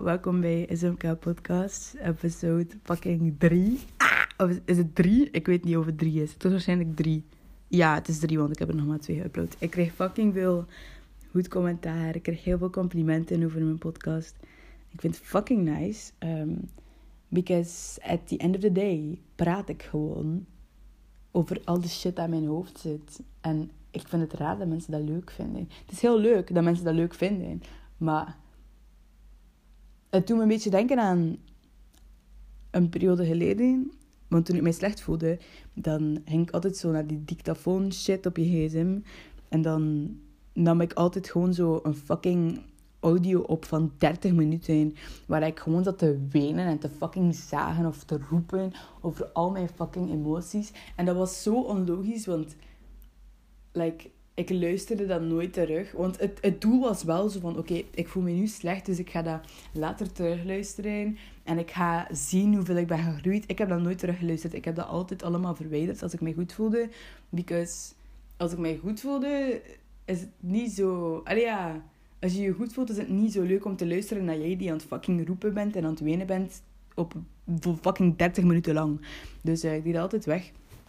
welkom bij SMK Podcast, episode fucking 3. Of is het 3? Ik weet niet of het 3 is. Het is waarschijnlijk 3. Ja, het is 3, want ik heb er nog maar 2 geüpload. Ik kreeg fucking veel goed commentaar. Ik kreeg heel veel complimenten over mijn podcast. Ik vind het fucking nice. Because at the end of the day praat ik gewoon over al de shit aan mijn hoofd zit. En ik vind het raar dat mensen dat leuk vinden. Het is heel leuk dat mensen dat leuk vinden. Maar het doet me een beetje denken aan een periode geleden. Want toen ik mij slecht voelde, dan ging ik altijd zo naar die dictafoon shit op je gsm. En dan nam ik altijd gewoon zo een fucking audio op van 30 minuten. Waar ik gewoon zat te wenen en te fucking zagen of te roepen over al mijn fucking emoties. En dat was zo onlogisch, want ik luisterde dat nooit terug. Want het doel was wel zo van, oké, ik voel me nu slecht, dus ik ga dat later terugluisteren. En ik ga zien hoeveel ik ben gegroeid. Ik heb dat nooit teruggeluisterd. Ik heb dat altijd allemaal verwijderd als ik me goed voelde. Because als ik me goed voelde, is het niet zo... als je je goed voelt, is het niet zo leuk om te luisteren naar jij die aan het fucking roepen bent en aan het wenen bent voor fucking 30 minuten lang. Dus ik deed dat altijd weg.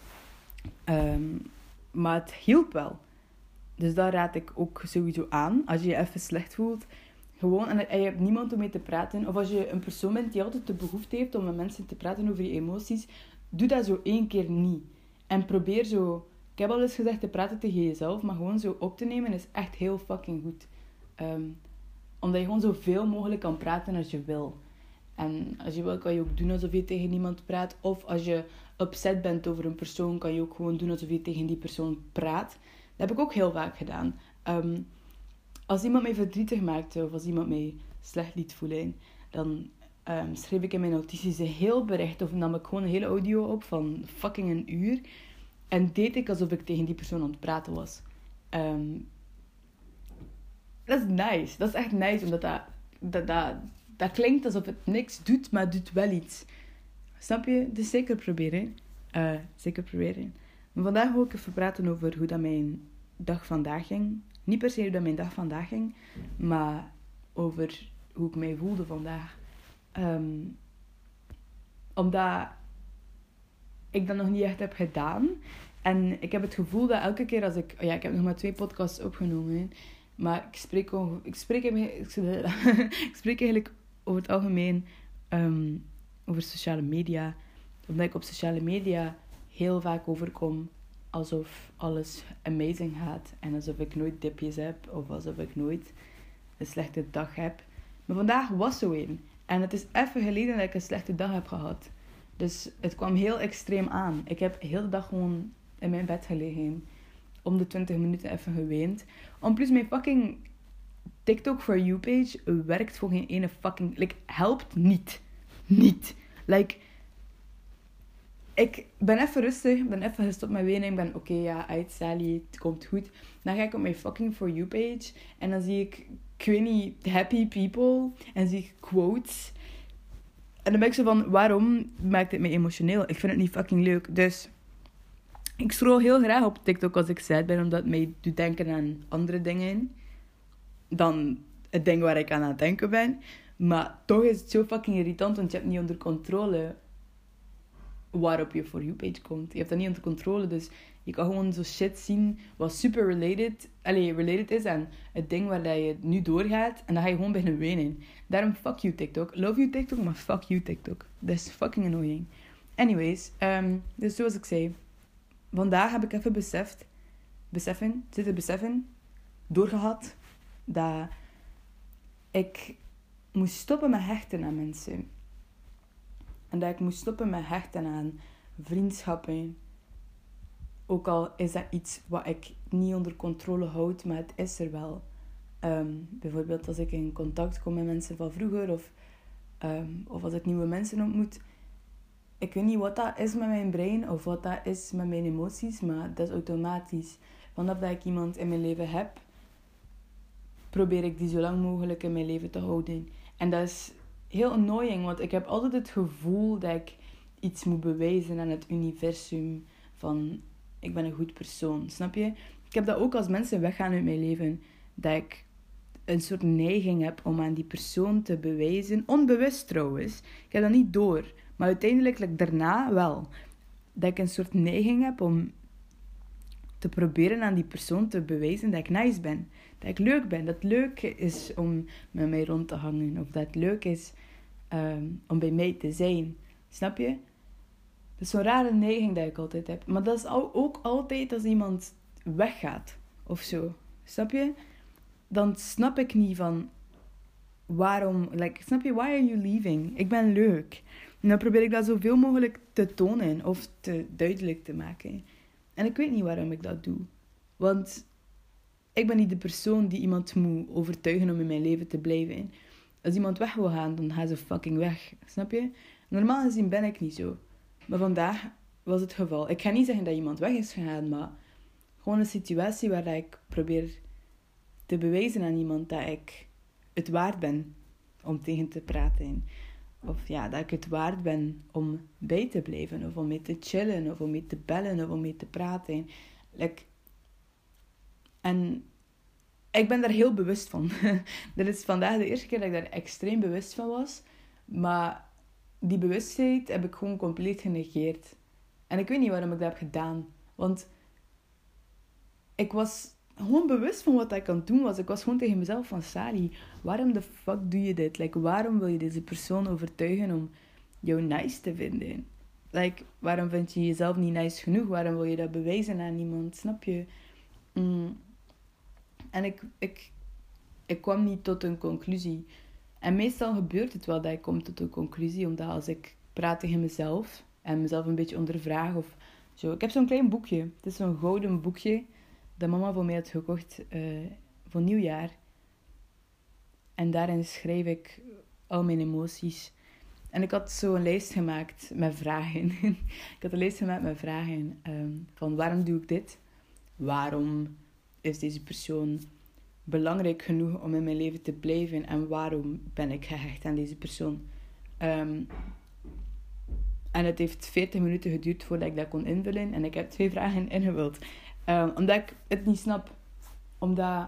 Maar het hielp wel. Dus dat raad ik ook sowieso aan. Als je je even slecht voelt, gewoon, en je hebt niemand om mee te praten. Of als je een persoon bent die altijd de behoefte heeft om met mensen te praten over je emoties, doe dat zo 1 keer niet. En probeer zo... Ik heb al eens gezegd te praten tegen jezelf, maar gewoon zo op te nemen is echt heel fucking goed. Omdat je gewoon zoveel mogelijk kan praten als je wil. En als je wil, kan je ook doen alsof je tegen niemand praat. Of als je upset bent over een persoon, kan je ook gewoon doen alsof je tegen die persoon praat. Dat heb ik ook heel vaak gedaan. Als iemand mij verdrietig maakte of als iemand mij slecht liet voelen, dan schreef ik in mijn notities een heel bericht of nam ik gewoon een hele audio op van fucking 1 uur. En deed ik alsof ik tegen die persoon aan het praten was. Dat is nice. Dat is echt nice, omdat dat klinkt alsof het niks doet, maar het doet wel iets. Snap je? Dus zeker proberen. Zeker proberen. Maar vandaag wil ik even praten over hoe dat mijn dag vandaag ging. Niet per se hoe dat mijn dag vandaag ging, maar over hoe ik mij voelde vandaag. Omdat ik dat nog niet echt heb gedaan. En ik heb het gevoel dat elke keer als ik... Ja, ik heb nog maar 2 podcasts opgenomen. Maar ik spreek eigenlijk over het algemeen over sociale media. Omdat ik op sociale media heel vaak overkom alsof alles amazing gaat. En alsof ik nooit dipjes heb. Of alsof ik nooit een slechte dag heb. Maar vandaag was zo een. En het is even geleden dat ik een slechte dag heb gehad. Dus het kwam heel extreem aan. Ik heb heel de dag gewoon in mijn bed gelegen. Om de 20 minuten even geweend. Plus mijn fucking TikTok for You page werkt voor geen ene fucking... helpt niet. Niet. Ik ben even rustig. Ik ben even gestopt met wenen. Ik ben oké, Sally, het komt goed. Dan ga ik op mijn fucking For You page. En dan zie ik weet niet, happy people. En zie ik quotes. En dan ben ik zo van, waarom maakt dit mij emotioneel? Ik vind het niet fucking leuk. Dus ik scroll heel graag op TikTok als ik sad ben. Omdat het mij doet denken aan andere dingen. Dan het ding waar ik aan het denken ben. Maar toch is het zo fucking irritant. Want je hebt niet onder controle waarop je For You page komt. Je hebt dat niet onder controle. Dus je kan gewoon zo shit zien wat super related is aan het ding waar je nu doorgaat. En dan ga je gewoon beginnen wenen. Daarom fuck you TikTok. Love you TikTok, maar fuck you TikTok. Dat is fucking annoying. Anyways, dus zoals ik zei. Vandaag heb ik even doorgehad, dat ik moest stoppen met hechten aan mensen. En dat ik moest stoppen met hechten aan vriendschappen. Ook al is dat iets wat ik niet onder controle houd, maar het is er wel. Bijvoorbeeld als ik in contact kom met mensen van vroeger, of als ik nieuwe mensen ontmoet. Ik weet niet wat dat is met mijn brein, of wat dat is met mijn emoties, maar dat is automatisch. Vanaf dat ik iemand in mijn leven heb, probeer ik die zo lang mogelijk in mijn leven te houden. En dat is heel annoying, want ik heb altijd het gevoel dat ik iets moet bewijzen aan het universum. Van, ik ben een goed persoon, snap je? Ik heb dat ook als mensen weggaan uit mijn leven. Dat ik een soort neiging heb om aan die persoon te bewijzen. Onbewust trouwens. Ik heb dat niet door. Maar uiteindelijk daarna wel. Dat ik een soort neiging heb om te proberen aan die persoon te bewijzen dat ik nice ben. Dat ik leuk ben. Dat het leuk is om met mij rond te hangen. Of dat het leuk is om bij mij te zijn. Snap je? Dat is zo'n rare neiging dat ik altijd heb. Maar dat is ook altijd als iemand weggaat. Of zo. Snap je? Dan snap ik niet van... Waarom... snap je? Why are you leaving? Ik ben leuk. En dan probeer ik dat zoveel mogelijk te tonen. Of te duidelijk te maken. En ik weet niet waarom ik dat doe. Want... Ik ben niet de persoon die iemand moet overtuigen om in mijn leven te blijven. Als iemand weg wil gaan, dan gaan ze fucking weg. Snap je? Normaal gezien ben ik niet zo. Maar vandaag was het geval. Ik ga niet zeggen dat iemand weg is gegaan, maar gewoon een situatie waar ik probeer te bewijzen aan iemand dat ik het waard ben om tegen te praten. Of ja, dat ik het waard ben om bij te blijven. Of om mee te chillen. Of om mee te bellen. Of om mee te praten. En ik ben daar heel bewust van. Dit is vandaag de eerste keer dat ik daar extreem bewust van was. Maar die bewustheid heb ik gewoon compleet genegeerd. En ik weet niet waarom ik dat heb gedaan. Want ik was gewoon bewust van wat ik aan het doen was. Ik was gewoon tegen mezelf van... Sari, waarom de fuck doe je dit? Waarom wil je deze persoon overtuigen om jou nice te vinden? Waarom vind je jezelf niet nice genoeg? Waarom wil je dat bewijzen aan iemand? Snap je? En ik kwam niet tot een conclusie. En meestal gebeurt het wel dat ik kom tot een conclusie. Omdat als ik praat tegen mezelf... En mezelf een beetje ondervraag of zo. Ik heb zo'n klein boekje. Het is zo'n gouden boekje. Dat mama voor mij had gekocht voor nieuwjaar. En daarin schrijf ik al mijn emoties. En ik had zo een lijst gemaakt met vragen. Ik had een lijst gemaakt met vragen. Van waarom doe ik dit? Waarom is deze persoon belangrijk genoeg om in mijn leven te blijven? En waarom ben ik gehecht aan deze persoon? En het heeft 40 minuten geduurd voordat ik dat kon invullen. En ik heb 2 vragen ingevuld. Omdat ik het niet snap. Omdat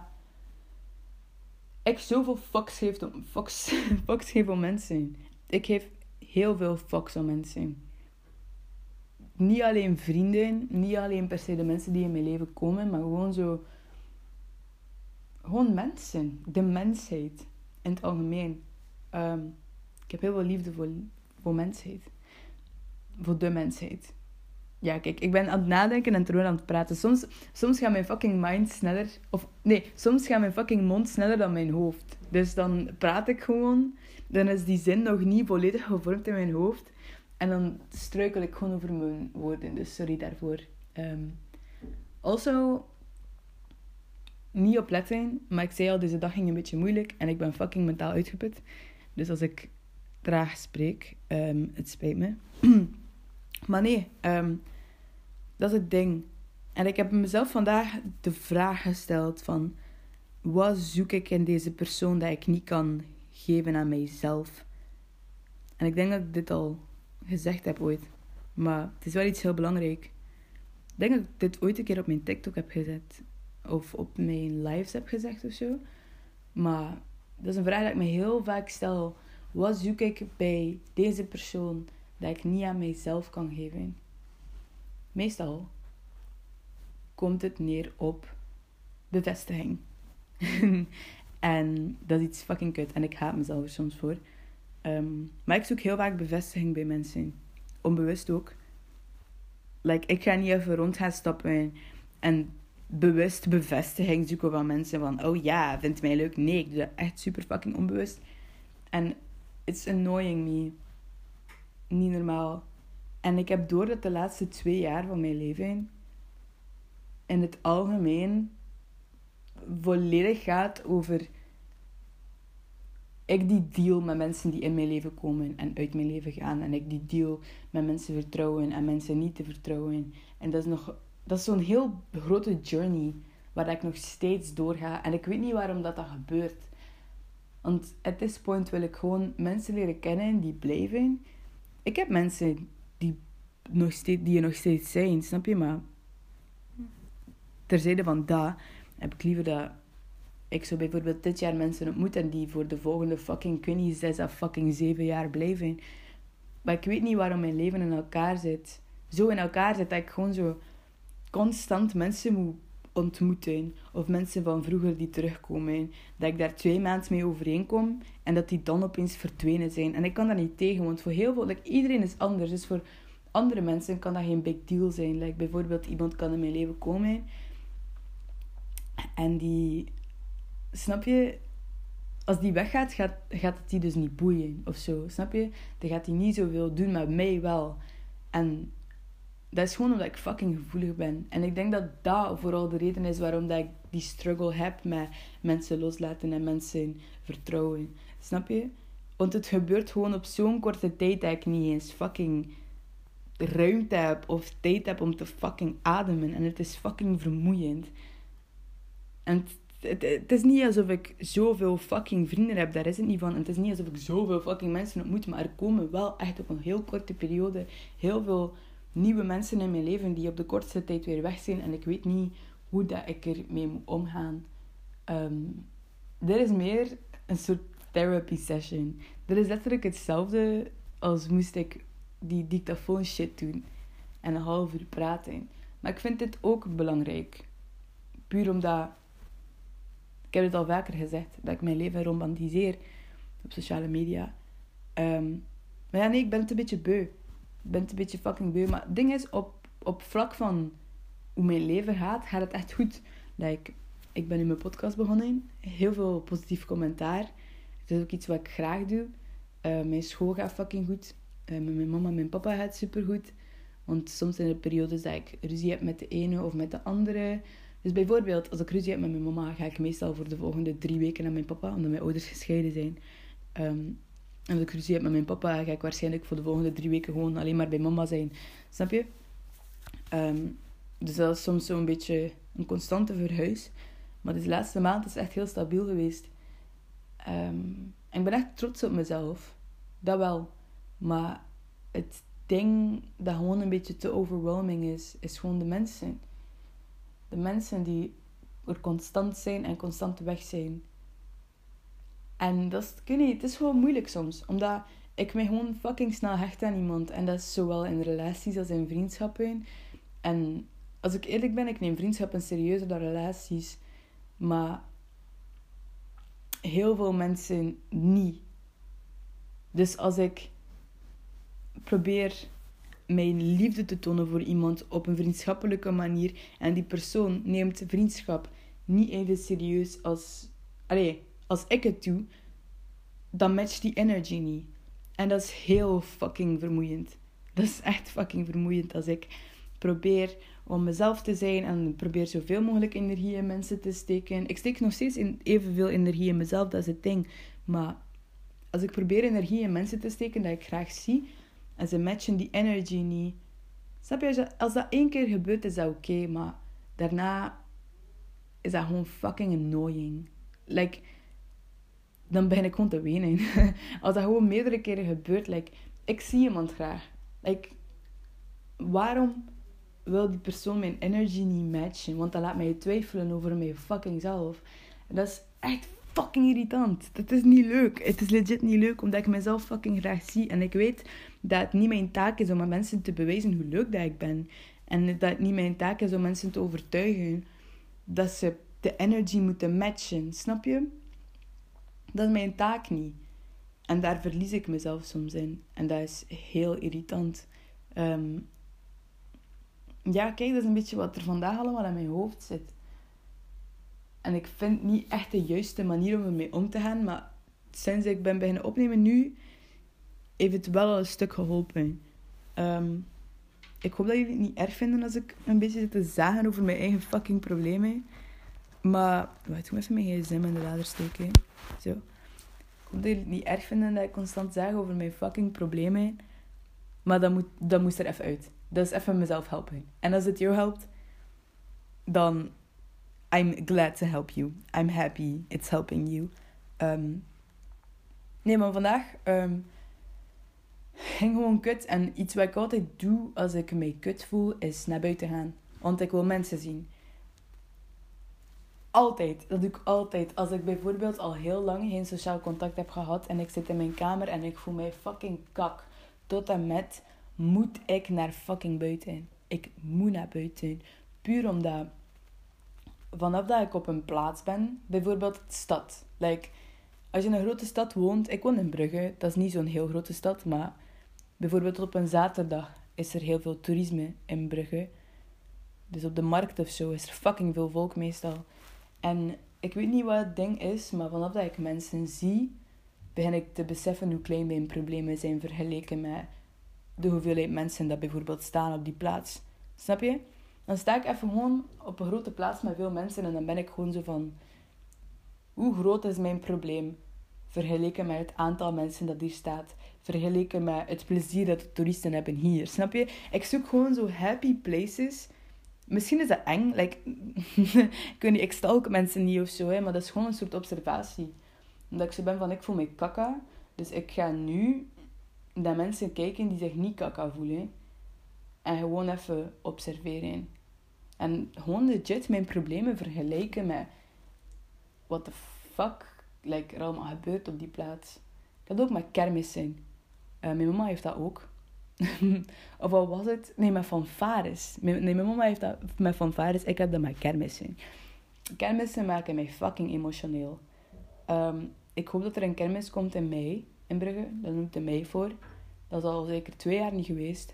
ik zoveel fucks geef om mensen. Ik geef heel veel fucks om mensen. Niet alleen vrienden. Niet alleen per se de mensen die in mijn leven komen. Maar gewoon zo... Gewoon mensen. De mensheid. In het algemeen. Ik heb heel veel liefde voor mensheid. Voor de mensheid. Ja, kijk, ik ben aan het nadenken en terwijl aan het praten. Soms gaat mijn fucking mind sneller... soms gaat mijn fucking mond sneller dan mijn hoofd. Dus dan praat ik gewoon. Dan is die zin nog niet volledig gevormd in mijn hoofd. En dan struikel ik gewoon over mijn woorden. Dus sorry daarvoor. Also, niet opletten. Maar ik zei al, deze dag ging een beetje moeilijk. En ik ben fucking mentaal uitgeput. Dus als ik traag spreek, het spijt me. Maar nee, dat is het ding. En ik heb mezelf vandaag de vraag gesteld van... Wat zoek ik in deze persoon dat ik niet kan geven aan mijzelf? En ik denk dat ik dit al gezegd heb ooit. Maar het is wel iets heel belangrijk. Ik denk dat ik dit ooit een keer op mijn TikTok heb gezet. Of op mijn lives heb gezegd of zo. Maar dat is een vraag die ik me heel vaak stel. Wat zoek ik bij deze persoon dat ik niet aan mijzelf kan geven? Meestal komt het neer op bevestiging. En dat is iets fucking kut. En ik haat mezelf er soms voor. Maar ik zoek heel vaak bevestiging bij mensen. Onbewust ook. Ik ga niet even rond gaan stappen en bewust bevestiging zoeken van mensen. Van, oh ja, vindt mij leuk? Nee, ik doe dat echt super fucking onbewust. En it's annoying me. Niet normaal. En ik heb door dat de laatste 2 jaar van mijn leven in het algemeen volledig gaat over ik die deal met mensen die in mijn leven komen en uit mijn leven gaan. En ik die deal met mensen vertrouwen en mensen niet te vertrouwen. En dat is zo'n heel grote journey waar ik nog steeds doorga. En ik weet niet waarom dat gebeurt. Want at this point wil ik gewoon mensen leren kennen die blijven. Ik heb mensen die er nog steeds zijn, snap je? Maar terzijde van dat heb ik liever dat ik zou bijvoorbeeld dit jaar mensen ontmoeten die voor de volgende fucking, ik weet niet, 6 of fucking 7 jaar blijven. Maar ik weet niet waarom mijn leven in elkaar zit. Zo in elkaar zit dat ik gewoon zo constant mensen moet ontmoeten. Of mensen van vroeger die terugkomen. Dat ik daar 2 maanden mee overeenkom. En dat die dan opeens verdwenen zijn. En ik kan daar niet tegen. Want voor heel veel... iedereen is anders. Dus voor andere mensen kan dat geen big deal zijn. Bijvoorbeeld iemand kan in mijn leven komen. En die... Snap je? Als die weggaat, gaat het die dus niet boeien. Of zo. Snap je? Dan gaat hij niet zoveel doen. Maar mij wel. En... dat is gewoon omdat ik fucking gevoelig ben. En ik denk dat dat vooral de reden is waarom dat ik die struggle heb met mensen loslaten en mensen vertrouwen. Snap je? Want het gebeurt gewoon op zo'n korte tijd dat ik niet eens fucking ruimte heb of tijd heb om te fucking ademen. En het is fucking vermoeiend. En het is niet alsof ik zoveel fucking vrienden heb. Daar is het niet van. En het is niet alsof ik zoveel fucking mensen ontmoet. Maar er komen wel echt op een heel korte periode heel veel... nieuwe mensen in mijn leven die op de kortste tijd weer weg zijn. En ik weet niet hoe dat ik ermee moet omgaan. Dit is meer een soort therapy session. Dit is letterlijk hetzelfde als moest ik die dictafoon shit doen. En een half uur praten. Maar ik vind dit ook belangrijk. Puur omdat... ik heb het al vaker gezegd. Dat ik mijn leven romantiseer. Op sociale media. Maar ja, nee, ik ben het een beetje beu. Ik ben het een beetje fucking beu. Maar het ding is, op vlak van hoe mijn leven gaat het echt goed. Ik ben nu mijn podcast begonnen. Heel veel positief commentaar. Het is ook iets wat ik graag doe. Mijn school gaat fucking goed. Met mijn mama en mijn papa gaat het supergoed. Want soms zijn er periodes dat ik ruzie heb met de ene of met de andere. Dus bijvoorbeeld, als ik ruzie heb met mijn mama, ga ik meestal voor de volgende 3 weken naar mijn papa. Omdat mijn ouders gescheiden zijn. En als ik ruzie heb met mijn papa, ga ik waarschijnlijk voor de volgende 3 weken gewoon alleen maar bij mama zijn. Snap je? Dus dat is soms zo'n beetje een constante verhuis. Maar de laatste maand is echt heel stabiel geweest. En ik ben echt trots op mezelf. Dat wel. Maar het ding dat gewoon een beetje te overwhelming is gewoon de mensen. De mensen die er constant zijn en constant weg zijn. En dat is, ik weet niet, het is gewoon moeilijk soms. Omdat ik me gewoon fucking snel hecht aan iemand. En dat is zowel in relaties als in vriendschappen. En als ik eerlijk ben, ik neem vriendschappen serieuzer dan relaties. Maar heel veel mensen niet. Dus als ik probeer mijn liefde te tonen voor iemand op een vriendschappelijke manier. En die persoon neemt vriendschap niet even serieus als ik het doe, dan matcht die energy niet. En dat is heel fucking vermoeiend. Dat is echt fucking vermoeiend als ik probeer om mezelf te zijn en probeer zoveel mogelijk energie in mensen te steken. Ik steek nog steeds evenveel energie in mezelf, dat is het ding. Maar als ik probeer energie in mensen te steken dat ik graag zie, en ze matchen die energy niet. Snap je? Als dat 1 keer gebeurt, is dat oké, maar daarna is dat gewoon fucking annoying. Dan begin ik gewoon te wenen. Als dat gewoon meerdere keren gebeurt, ik zie iemand graag. Waarom wil die persoon mijn energy niet matchen? Want dat laat mij twijfelen over mij fucking zelf. En dat is echt fucking irritant. Dat is niet leuk. Het is legit niet leuk, omdat ik mezelf fucking graag zie. En ik weet dat het niet mijn taak is om aan mensen te bewijzen hoe leuk dat ik ben. En dat het niet mijn taak is om mensen te overtuigen dat ze de energy moeten matchen. Snap je? Dat is mijn taak niet. En daar verlies ik mezelf soms in. En dat is heel irritant. Ja, kijk, dat is een beetje wat er vandaag allemaal in mijn hoofd zit. En ik vind niet echt de juiste manier om ermee om te gaan. Maar sinds ik ben beginnen opnemen nu, heeft het wel al een stuk geholpen. Ik hoop dat jullie het niet erg vinden als ik een beetje zit te zagen over mijn eigen fucking problemen. Maar, wacht, ik moet even mijn gsm in de lader steken. Zo. Ik hoop dat jullie het niet erg vinden dat ik constant zeg over mijn fucking problemen. Maar dat moest er even uit. Dat is even mezelf helpen. En als het jou helpt, dan I'm glad to help you. I'm happy it's helping you. Nee, maar vandaag ging gewoon kut. En iets wat ik altijd doe als ik mij kut voel, is naar buiten gaan. Want ik wil mensen zien. altijd. Dat doe ik altijd. Als ik bijvoorbeeld al heel lang geen sociaal contact heb gehad en ik zit in mijn kamer en ik voel mij fucking kak. Tot en met moet ik naar fucking buiten. Ik moet naar buiten. Puur omdat vanaf dat ik op een plaats ben, bijvoorbeeld de stad. Like, als je in een grote stad woont, ik woon in Brugge, dat is niet zo'n heel grote stad, maar bijvoorbeeld op een zaterdag is er heel veel toerisme in Brugge. Dus op de markt of zo is er fucking veel volk meestal. En ik weet niet wat het ding is, maar vanaf dat ik mensen zie, begin ik te beseffen hoe klein mijn problemen zijn vergeleken met de hoeveelheid mensen dat bijvoorbeeld staan op die plaats. Snap je? Dan sta ik even gewoon op een grote plaats met veel mensen en dan ben ik gewoon zo van... Hoe groot is mijn probleem vergeleken met het aantal mensen dat hier staat? Vergeleken met het plezier dat de toeristen hebben hier. Snap je? Ik zoek gewoon zo happy places. Misschien is dat eng. Like, ik weet niet, ik stalk mensen niet of zo. Hè, maar dat is gewoon een soort observatie. Omdat ik zo ben van, ik voel me kaka. Dus ik ga nu naar mensen kijken die zich niet kaka voelen. En gewoon even observeren. En gewoon legit mijn problemen vergelijken met... What the fuck like, er allemaal gebeurt op die plaats. Dat ook met kermissen. Mijn mama heeft dat ook. Of wat was het? Nee, met fanfares. Mijn mama heeft dat met fanfares. Ik heb dat met kermissen. Kermissen maken mij fucking emotioneel. Ik hoop dat er een kermis komt in mei. In Brugge. Dat noemt de mei voor. Dat is al zeker 2 jaar niet geweest.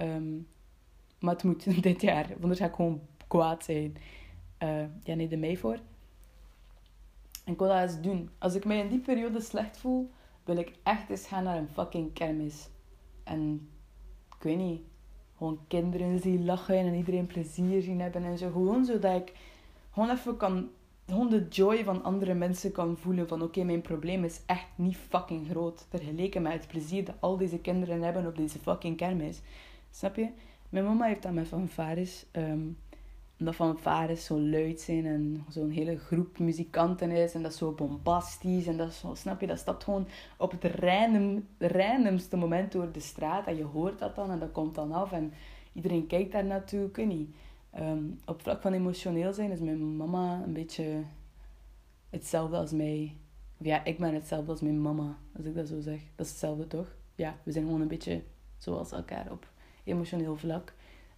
Maar het moet dit jaar. Want anders ga ik gewoon kwaad zijn. De mei voor. En ik wil dat eens doen. Als ik mij in die periode slecht voel, wil ik echt eens gaan naar een fucking kermis. En ik weet niet, gewoon kinderen zien lachen en iedereen plezier zien hebben en zo. Gewoon zodat ik gewoon even kan, gewoon de joy van andere mensen kan voelen. Van oké, mijn probleem is echt niet fucking groot. Vergeleken met het plezier dat al deze kinderen hebben op deze fucking kermis. Snap je? Mijn mama heeft dat met fanfares. Omdat fanfares zo luid zijn en zo'n hele groep muzikanten is. En dat is zo bombastisch. En dat is zo, snap je, dat stapt gewoon op het randomste moment door de straat. En je hoort dat dan en dat komt dan af. En iedereen kijkt daar naartoe. Ik weet niet. Op vlak van emotioneel zijn is mijn mama een beetje hetzelfde als mij. Of ja, ik ben hetzelfde als mijn mama. Als ik dat zo zeg. Dat is hetzelfde toch? Ja, we zijn gewoon een beetje zoals elkaar op emotioneel vlak.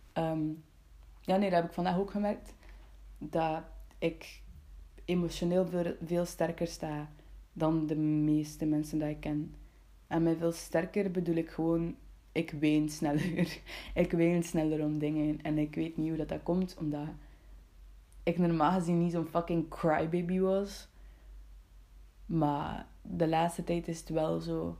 Ja, nee, dat heb ik vandaag ook gemerkt. Dat ik emotioneel veel sterker sta dan de meeste mensen die ik ken. En met veel sterker bedoel ik gewoon... Ik ween sneller. Ik ween sneller om dingen. En ik weet niet hoe dat komt. Omdat ik normaal gezien niet zo'n fucking crybaby was. Maar de laatste tijd is het wel zo...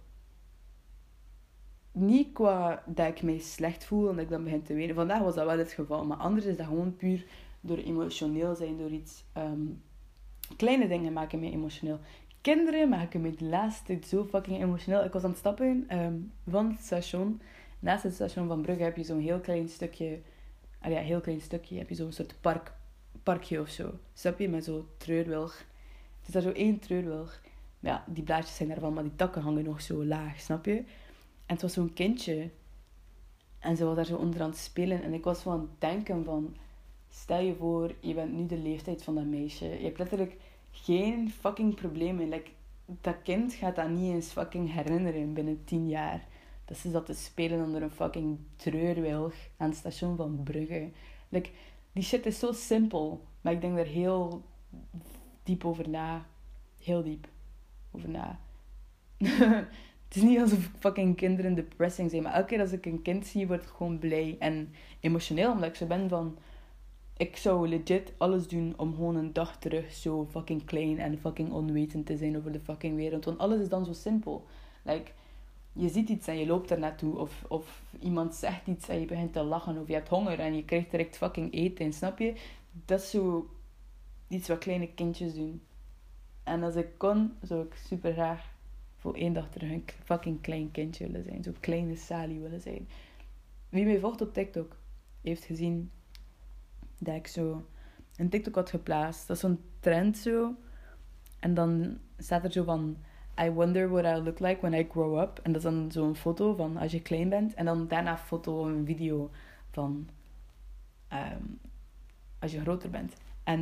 Niet qua dat ik mij slecht voel en dat ik dan begin te wenen. Vandaag was dat wel het geval. Maar anders is dat gewoon puur door emotioneel zijn. Door iets... kleine dingen maken mij emotioneel. Kinderen maken mij de laatste tijd zo fucking emotioneel. Ik was aan het stappen van het station. Naast het station van Brugge heb je zo'n heel klein stukje... heel klein stukje. Heb je zo'n soort parkje of zo. Snap je? Met zo'n treurwilg. Het is daar zo 1 treurwilg. Ja, die blaadjes zijn daarvan, maar die takken hangen nog zo laag. Snap je? En het was zo'n kindje. En ze was daar zo onder aan het spelen. En ik was van het denken van... Stel je voor, je bent nu de leeftijd van dat meisje. Je hebt letterlijk geen fucking problemen. Like, dat kind gaat dat niet eens fucking herinneren binnen 10 jaar. Dat ze zat te spelen onder een fucking treurwilg aan het station van Brugge. Like, die shit is zo simpel. Maar ik denk er heel diep over na. Heel diep over na. Het is niet alsof fucking kinderen depressing zijn. Maar elke keer als ik een kind zie, word ik gewoon blij. En emotioneel, omdat ik zo ben van... Ik zou legit alles doen om gewoon een dag terug zo fucking klein en fucking onwetend te zijn over de fucking wereld. Want alles is dan zo simpel. Like, je ziet iets en je loopt er naartoe. Of iemand zegt iets en je begint te lachen. Of je hebt honger en je krijgt direct fucking eten. Snap je? Dat is zo iets wat kleine kindjes doen. En als ik kon, zou ik super graag voor 1 dag terug een fucking klein kindje willen zijn. Zo'n kleine Sally willen zijn. Wie mij volgt op TikTok heeft gezien dat ik zo een TikTok had geplaatst. Dat is zo'n trend zo. En dan staat er zo van... I wonder what I look like when I grow up. En dat is dan zo'n foto van als je klein bent. En dan daarna een foto of een video van... als je groter bent. En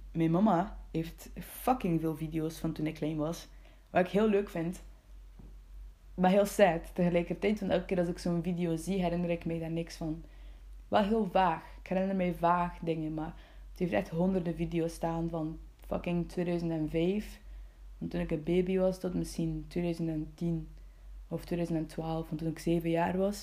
mijn mama heeft fucking veel video's van toen ik klein was. Wat ik heel leuk vind. Maar heel sad tegelijkertijd. Want elke keer als ik zo'n video zie, herinner ik mij daar niks van. Wel heel vaag. Ik herinner mij vaag dingen. Maar het heeft echt honderden video's staan van fucking 2005. Van toen ik een baby was tot misschien 2010 of 2012. Van toen ik 7 jaar was.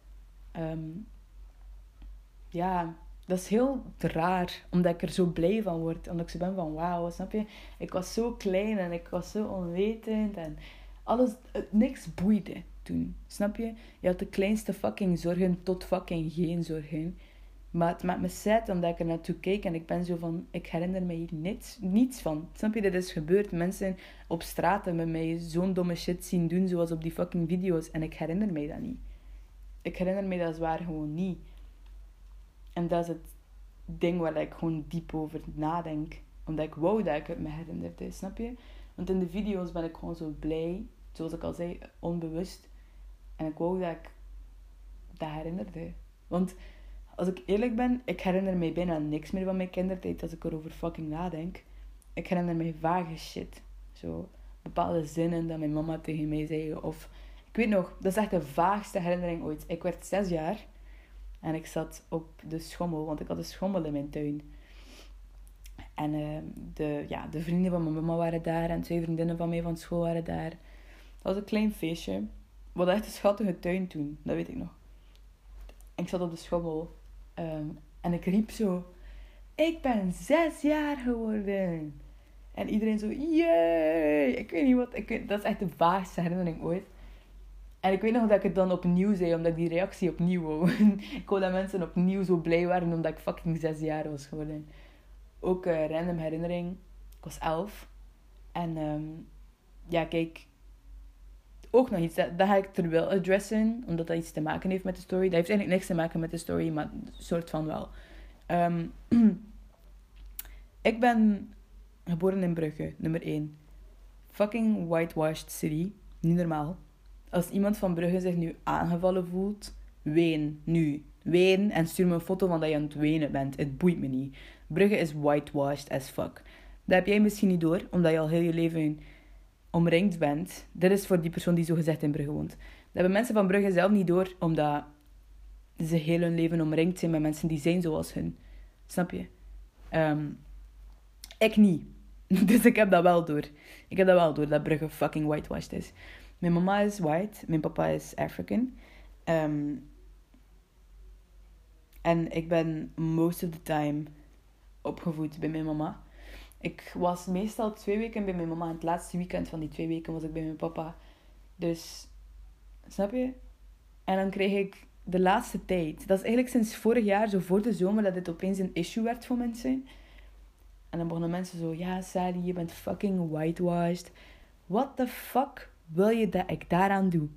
Ja, dat is heel raar. Omdat ik er zo blij van word. Omdat ik zo ben van wauw, snap je? Ik was zo klein en ik was zo onwetend. En alles, niks boeide toen. Snap je? Je had de kleinste fucking zorgen tot fucking geen zorgen. Maar het maakt me sad omdat ik er naartoe kijk en ik ben zo van, ik herinner me hier niets van. Snap je, dit is gebeurd. Mensen op straat hebben mij zo'n domme shit zien doen zoals op die fucking video's. En ik herinner mij dat niet. Ik herinner me dat zwaar gewoon niet. En dat is het ding waar ik gewoon diep over nadenk. Omdat ik wou dat ik het me herinnerde, snap je? Want in de video's ben ik gewoon zo blij. Zoals ik al zei, onbewust. En ik wou dat ik dat herinnerde. Want als ik eerlijk ben, ik herinner mij bijna niks meer van mijn kindertijd als ik erover fucking nadenk. Ik herinner mij vage shit. Zo bepaalde zinnen dat mijn mama tegen mij zei. Of, ik weet nog, dat is echt de vaagste herinnering ooit. Ik werd 6 jaar. En ik zat op de schommel, want ik had een schommel in mijn tuin. En de vrienden van mijn mama waren daar. En 2 vriendinnen van mij van school waren daar. Dat was een klein feestje. Wat echt een schattige tuin toen, dat weet ik nog. En ik zat op de schommel. En ik riep zo, ik ben 6 jaar geworden. En iedereen zo, yay! Ik weet niet wat, dat is echt de vaagste herinnering ooit. En ik weet nog dat ik het dan opnieuw zei, omdat ik die reactie opnieuw wou. Ik wou dat mensen opnieuw zo blij waren, omdat ik fucking 6 jaar was geworden. Ook een random herinnering. Ik was 11. En ja, kijk. Ook nog iets, dat ga ik er wel adressen, omdat dat iets te maken heeft met de story. Dat heeft eigenlijk niks te maken met de story, maar een soort van wel. Ik ben geboren in Brugge, nummer 1. Fucking whitewashed city. Niet normaal. Als iemand van Brugge zich nu aangevallen voelt, ween nu. Ween en stuur me een foto van dat je aan het wenen bent. Het boeit me niet. Brugge is whitewashed as fuck. Dat heb jij misschien niet door, omdat je al heel je leven omringd bent. Dit is voor die persoon die zogezegd in Brugge woont. Dat hebben mensen van Brugge zelf niet door, omdat ze heel hun leven omringd zijn met mensen die zijn zoals hun. Snap je? Ik niet. Dus ik heb dat wel door. Ik heb dat wel door, dat Brugge fucking whitewashed is. Mijn mama is white, mijn papa is African. En ik ben most of the time opgevoed bij mijn mama. Ik was meestal 2 weken bij mijn mama. En het laatste weekend van die 2 weken was ik bij mijn papa. Dus, snap je? En dan kreeg ik de laatste tijd. Dat is eigenlijk sinds vorig jaar, zo voor de zomer, dat dit opeens een issue werd voor mensen. En dan begonnen mensen zo, ja Sally, je bent fucking whitewashed. What the fuck wil je dat ik daaraan doe?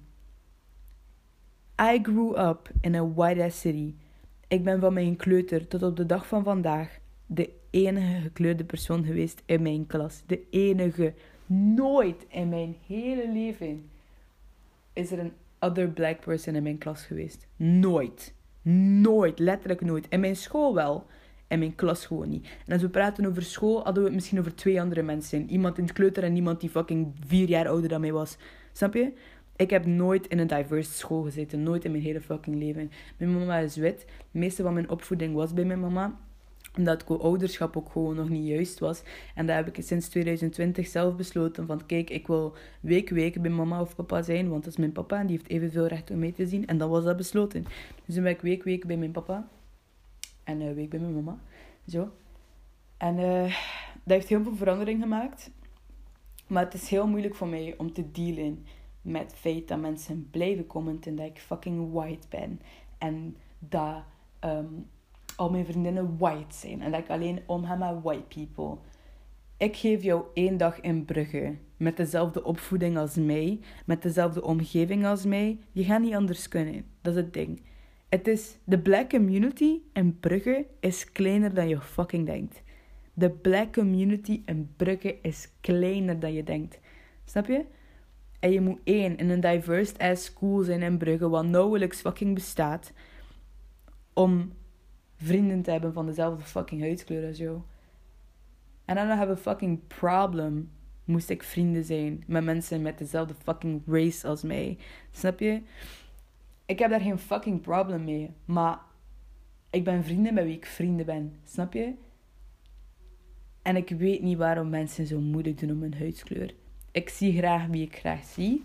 I grew up in a white-ass city. Ik ben van mijn kleuter tot op de dag van vandaag de enige gekleurde persoon geweest in mijn klas. De enige. Nooit in mijn hele leven is er een other black person in mijn klas geweest. Nooit. Nooit. Letterlijk nooit. In mijn school wel. In mijn klas gewoon niet. En als we praten over school, hadden we het misschien over 2 andere mensen. Iemand in het kleuter en iemand die fucking 4 jaar ouder dan mij was. Snap je? Ik heb nooit in een diverse school gezeten. Nooit in mijn hele fucking leven. Mijn mama is wit. Het meeste van mijn opvoeding was bij mijn mama. Omdat co-ouderschap ook gewoon nog niet juist was. En daar heb ik sinds 2020 zelf besloten van... Kijk, ik wil week bij mama of papa zijn. Want dat is mijn papa en die heeft evenveel recht om mij te zien. En dan was dat besloten. Dus dan ben ik week bij mijn papa. En week bij mijn mama. Zo. En dat heeft heel veel verandering gemaakt. Maar het is heel moeilijk voor mij om te dealen met het feit dat mensen blijven commenten dat ik fucking white ben. En dat al mijn vriendinnen white zijn. En dat ik alleen omga met white people. Ik geef jou 1 dag in Brugge. Met dezelfde opvoeding als mij. Met dezelfde omgeving als mij. Je gaat niet anders kunnen. Dat is het ding. Het is, de black community in Brugge is kleiner dan je fucking denkt. De black community in Brugge is kleiner dan je denkt. Snap je? En je moet in een diverse ass school zijn in Brugge, wat nauwelijks fucking bestaat, om vrienden te hebben van dezelfde fucking huidskleur als jou. En dan have a fucking problem. Moest ik vrienden zijn met mensen met dezelfde fucking race als mij. Snap je? Ik heb daar geen fucking problem mee. Maar ik ben vrienden met wie ik vrienden ben. Snap je? En ik weet niet waarom mensen zo moeilijk doen om hun huidskleur. Ik zie graag wie ik graag zie.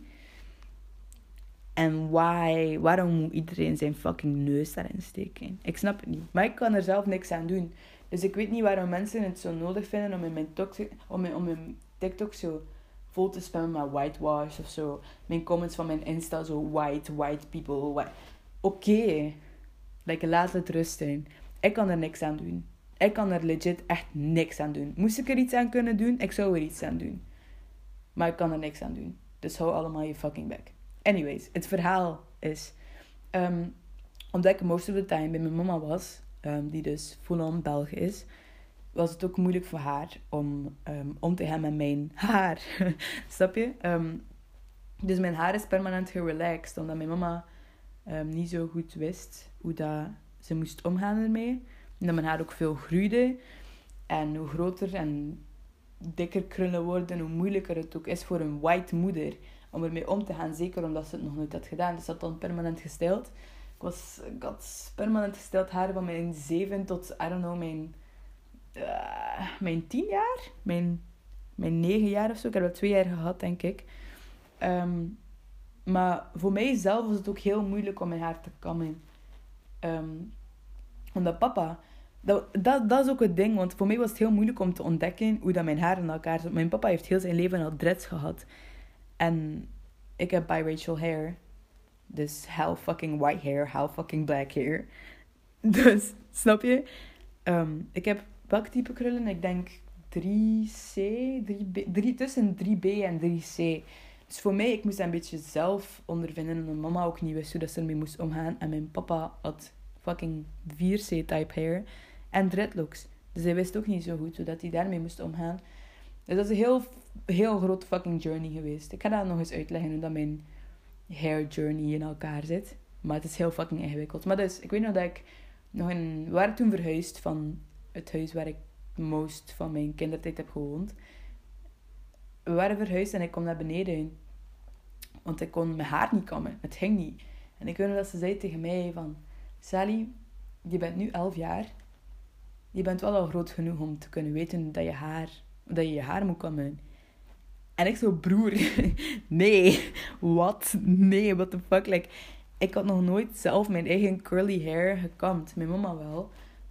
En waarom moet iedereen zijn fucking neus daarin steken? Ik snap het niet. Maar ik kan er zelf niks aan doen. Dus ik weet niet waarom mensen het zo nodig vinden om in mijn TikTok zo vol te spammen met whitewash of zo. Mijn comments van mijn Insta zo white people. Oké. Laat het rusten. Ik kan er niks aan doen. Ik kan er legit echt niks aan doen. Moest ik er iets aan kunnen doen, ik zou er iets aan doen. Maar ik kan er niks aan doen. Dus hou allemaal je fucking bek. Anyways, het verhaal is... omdat ik most of the time bij mijn mama was... die dus full-on Belg is... was het ook moeilijk voor haar om te gaan met mijn haar. Snap je? Dus mijn haar is permanent gerelaxed. Omdat mijn mama niet zo goed wist hoe dat ze moest omgaan ermee. En dat mijn haar ook veel groeide. En hoe groter en dikker krullen worden, hoe moeilijker het ook is voor een white moeder om ermee om te gaan. Zeker omdat ze het nog nooit had gedaan. Dus dat dan permanent gestyled. Ik had permanent gestyled haar van mijn 7 tot, I don't know, mijn 10 jaar? Mijn 9 jaar of zo. Ik heb dat 2 jaar gehad, denk ik. Maar voor mij zelf was het ook heel moeilijk om mijn haar te kammen. Omdat papa... Dat is ook het ding, want voor mij was het heel moeilijk om te ontdekken hoe dat mijn haar in elkaar zat. Mijn papa heeft heel zijn leven al dreads gehad. En ik heb biracial hair. Dus half fucking white hair, half fucking black hair. Dus, snap je? Ik heb welk type krullen? Ik denk 3C, 3B, tussen 3B en 3C. Dus voor mij, ik moest dat een beetje zelf ondervinden. En mijn mama ook niet wist hoe dat ze ermee moest omgaan. En mijn papa had fucking 4C-type hair. En dreadlocks. Dus hij wist ook niet zo goed hoe dat hij daarmee moest omgaan. Dus dat is een heel, heel grote fucking journey geweest. Ik ga dat nog eens uitleggen hoe dat mijn hair journey in elkaar zit. Maar het is heel fucking ingewikkeld. Maar dus, ik weet nog dat we waren toen verhuisd van het huis waar ik most van mijn kindertijd heb gewoond. We waren verhuisd en ik kom naar beneden. Want ik kon mijn haar niet kammen. Het ging niet. En ik weet nog dat ze zei tegen mij van... Sally, je bent nu 11 jaar. Je bent wel al groot genoeg om te kunnen weten dat je je haar moet kammen. En ik zo, broer, nee, wat? Nee, what the fuck? Ik had nog nooit zelf mijn eigen curly hair gekamd. Mijn mama wel.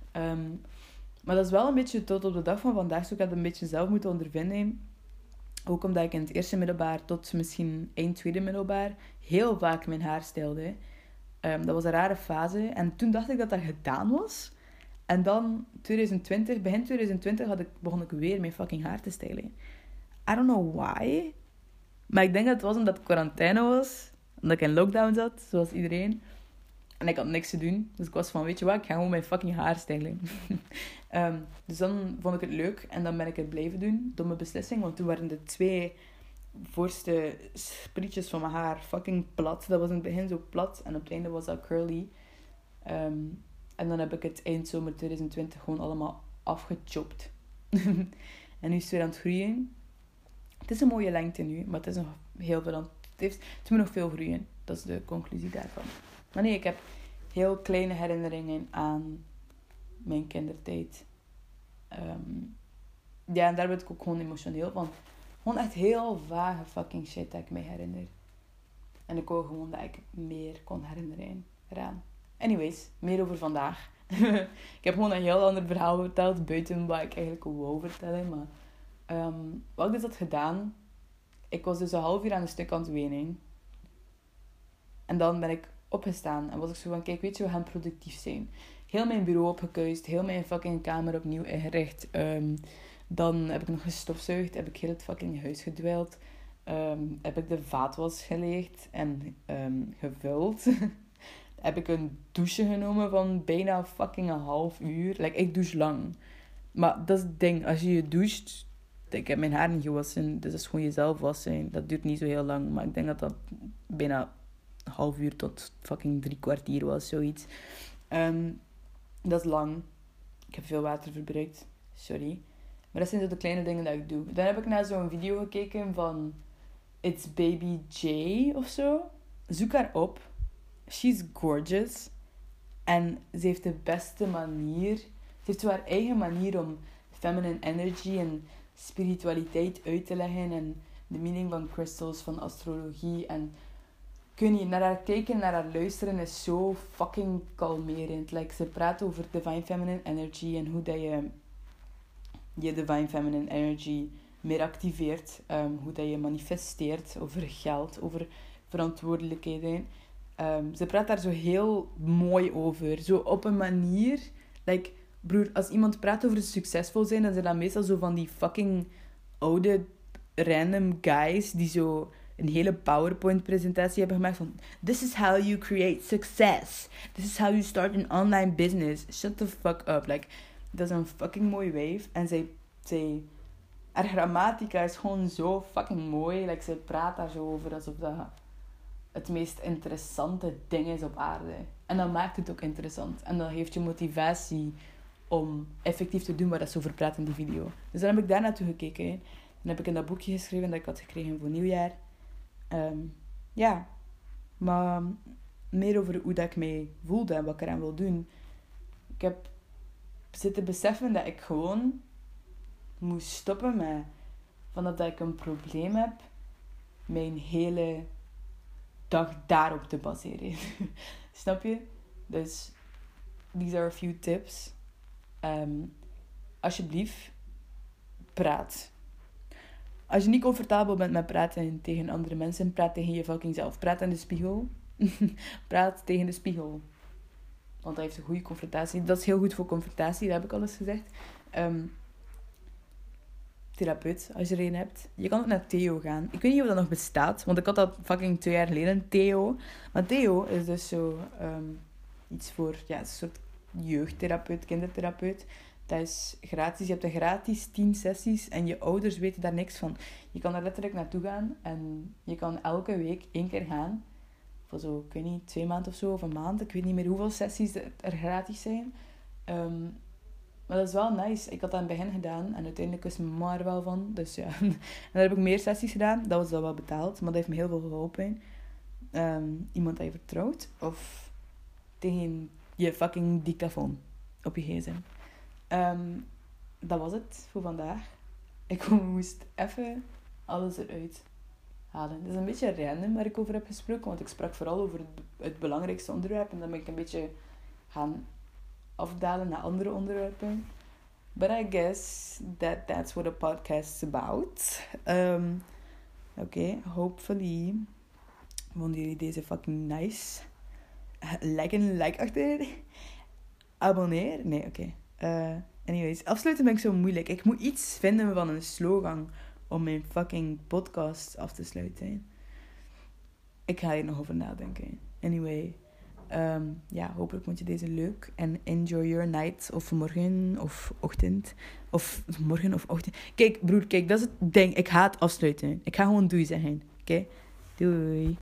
Maar dat is wel een beetje tot op de dag van vandaag. Zo ik heb het een beetje zelf moeten ondervinden. Ook omdat ik in het eerste middelbaar tot misschien eind tweede middelbaar heel vaak mijn haar stylde. Dat was een rare fase. En toen dacht ik dat dat gedaan was. En dan begin 2020 begon ik weer mijn fucking haar te stylen. I don't know why. Maar ik denk dat het was omdat het quarantaine was. Omdat ik in lockdown zat, zoals iedereen. En ik had niks te doen. Dus ik was van, weet je wat, ik ga gewoon mijn fucking haar stylen. Dus dan vond ik het leuk. En dan ben ik het blijven doen. Domme beslissing. Want toen waren de 2 voorste sprietjes van mijn haar fucking plat. Dat was in het begin zo plat. En op het einde was dat curly. En dan heb ik het eind zomer 2020 gewoon allemaal afgechopt. En nu is het weer aan het groeien. Het is een mooie lengte nu. Maar het is nog heel veel het moet nog veel groeien. Dat is de conclusie daarvan. Maar nee, ik heb heel kleine herinneringen aan mijn kindertijd. Ja, en daar ben ik ook gewoon emotioneel van. Gewoon echt heel vage fucking shit dat ik me herinner. En ik wou gewoon dat ik meer kon herinneren eraan. Anyways, meer over vandaag. Ik heb gewoon een heel ander verhaal verteld. Buiten wat ik eigenlijk wou vertellen. Maar wat ik dus had gedaan. Ik was dus een half uur aan een stuk aan het wenen. En dan ben ik opgestaan. En was ik zo van, kijk, weet je, we gaan productief zijn. Heel mijn bureau opgekuist. Heel mijn fucking kamer opnieuw ingericht. Dan heb ik nog gestofzuigd. Heb ik heel het fucking huis gedwijld. Heb ik de vaatwas geleegd en gevuld. Heb ik een douche genomen van bijna fucking een half uur. Ik douche lang. Maar dat is het ding. Als je doucht... Ik heb mijn haar niet gewassen. Dus dat is gewoon jezelf wassen. Dat duurt niet zo heel lang. Maar ik denk dat dat bijna een half uur tot fucking 3 kwartier was. Zoiets. Dat is lang. Ik heb veel water verbruikt. Sorry. Maar dat zijn zo de kleine dingen dat ik doe. Dan heb ik naar zo'n video gekeken van It's Baby J of zo. Zoek haar op. She's gorgeous. En ze heeft de beste manier. Ze heeft zo haar eigen manier om feminine energy en spiritualiteit uit te leggen. En de meaning van crystals, van astrologie. En kun je naar haar kijken, naar haar luisteren is zo fucking kalmerend. Like, ze praat over divine feminine energy en hoe dat je divine feminine energy meer activeert. Hoe dat je manifesteert over geld, over verantwoordelijkheden. Ze praat daar zo heel mooi over. Zo op een manier. Like, broer, als iemand praat over succesvol zijn, dan zijn dat meestal zo van die fucking oude random guys die zo een hele PowerPoint-presentatie hebben gemaakt van This is how you create success. This is how you start an online business. Shut the fuck up. Like, dat is een fucking mooi wijf. En haar grammatica is gewoon zo fucking mooi. Like, ze praat daar zo over alsof dat het meest interessante ding is op aarde. En dat maakt het ook interessant. En dat geeft je motivatie om effectief te doen waar ze over praat in die video. Dus dan heb ik daar naartoe gekeken. Dan heb ik in dat boekje geschreven dat ik had gekregen voor nieuwjaar. Ja. Maar meer over hoe dat ik mij voelde en wat ik eraan wil doen. Ik heb zitten beseffen dat ik gewoon moest stoppen met vanaf dat ik een probleem heb, mijn hele dag daarop te baseren. Snap je? Dus, these are a few tips. Alsjeblieft, praat. Als je niet comfortabel bent met praten tegen andere mensen, praat tegen je fucking zelf. Praat aan de spiegel. Praat tegen de spiegel. Want dat heeft een goede confrontatie. Dat is heel goed voor confrontatie, dat heb ik al eens gezegd. Therapeut, als je er een hebt. Je kan ook naar Theo gaan. Ik weet niet of dat nog bestaat, want ik had dat fucking 2 jaar geleden, Theo. Maar Theo is dus zo iets voor, ja, een soort jeugdtherapeut, kindertherapeut. Dat is gratis. Je hebt gratis 10 sessies en je ouders weten daar niks van. Je kan daar letterlijk naartoe gaan en je kan elke week 1 keer gaan. Voor zo, ik weet niet, 2 maanden of zo, of een maand. Ik weet niet meer hoeveel sessies er gratis zijn. Maar dat is wel nice. Ik had dat in het begin gedaan en uiteindelijk wist mijn mama er wel van. Dus ja, en dan heb ik meer sessies gedaan. Dat was dan wel betaald, maar dat heeft me heel veel geholpen. Iemand dat je vertrouwt of tegen je fucking dictafoon op je gsm. Dat was het voor vandaag. Ik moest even alles eruit halen. Het is een beetje random waar ik over heb gesproken, want ik sprak vooral over het belangrijkste onderwerp en dan ben ik een beetje gaan afdalen naar andere onderwerpen. But I guess that's what a podcast is about. Oké, hopefully vonden jullie deze fucking nice. Like achter. Abonneer. Nee, oké. Anyways, afsluiten ben ik zo moeilijk. Ik moet iets vinden van een slogan om mijn fucking podcast af te sluiten. Ik ga hier nog over nadenken. Anyway. Ja, hopelijk vond je deze leuk. En enjoy your night. Of morgen of ochtend. Of morgen of ochtend. Kijk, broer, kijk, dat is het ding. Ik haat afsluiten. Ik ga gewoon doei zeggen. Oké? Doei.